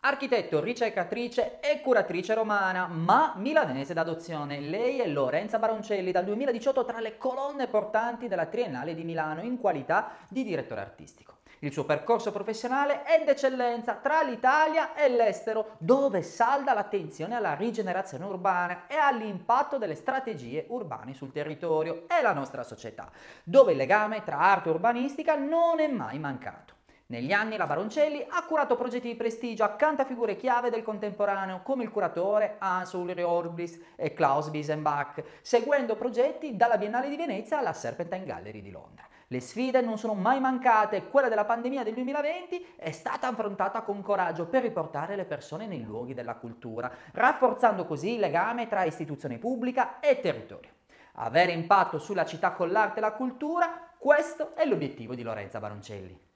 Architetto, ricercatrice e curatrice romana, ma milanese d'adozione. Lei è Lorenza Baroncelli, dal 2018 tra le colonne portanti della Triennale di Milano in qualità di direttore artistico. Il suo percorso professionale è d'eccellenza tra l'Italia e l'estero, dove salda l'attenzione alla rigenerazione urbana e all'impatto delle strategie urbane sul territorio e la nostra società, dove il legame tra arte e urbanistica non è mai mancato. Negli anni la Baroncelli ha curato progetti di prestigio accanto a figure chiave del contemporaneo come il curatore Hans Ulrich Orbis e Klaus Biesenbach, seguendo progetti dalla Biennale di Venezia alla Serpentine Gallery di Londra. Le sfide non sono mai mancate e quella della pandemia del 2020 è stata affrontata con coraggio per riportare le persone nei luoghi della cultura, rafforzando così il legame tra istituzione pubblica e territorio. Avere impatto sulla città con l'arte e la cultura, questo è l'obiettivo di Lorenza Baroncelli.